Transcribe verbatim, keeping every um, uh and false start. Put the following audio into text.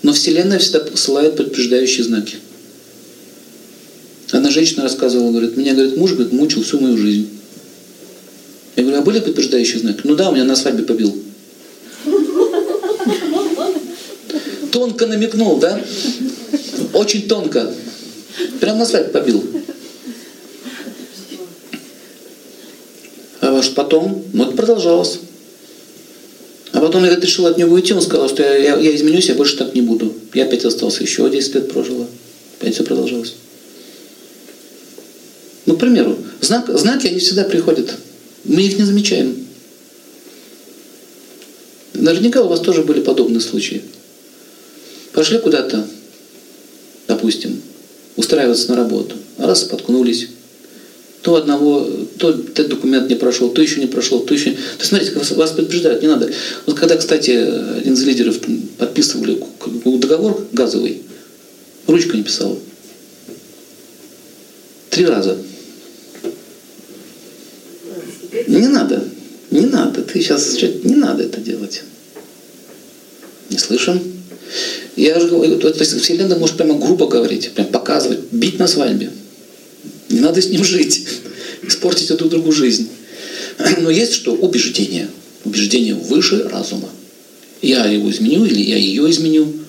Но Вселенная всегда посылает предупреждающие знаки. Одна женщина рассказывала, говорит, меня, говорит, муж, говорит, мучил всю мою жизнь. Я говорю, а были предупреждающие знаки? Ну да, у меня на свадьбе побил. Тонко намекнул, да? Очень тонко. Прям на свадьбе побил. А вот потом, ну это продолжалось. А потом я говорит, решил от него уйти, он сказал, что я, я, я изменюсь, я больше так не буду. Я опять остался, еще десять лет прожила. Опять все продолжалось. Ну, к примеру, знак, знаки, они всегда приходят. Мы их не замечаем. Наверняка у вас тоже были подобные случаи. Пошли куда-то, допустим, устраиваться на работу, раз споткнулись. То одного, то этот документ не прошел, то еще не прошел, то еще... То есть, смотрите, вас, вас предупреждают, не надо. Вот когда, кстати, один из лидеров подписывали договор газовый, ручка не писала. Три раза. Не надо, не надо, ты сейчас, не надо это делать. Не слышим? Я же говорю, то есть Вселенная может прямо грубо говорить, прям показывать, бить на свадьбе. Не надо с ним жить, испортить эту другую жизнь. Но есть что? Убеждение. Убеждение выше разума. Я его изменю или я ее изменю.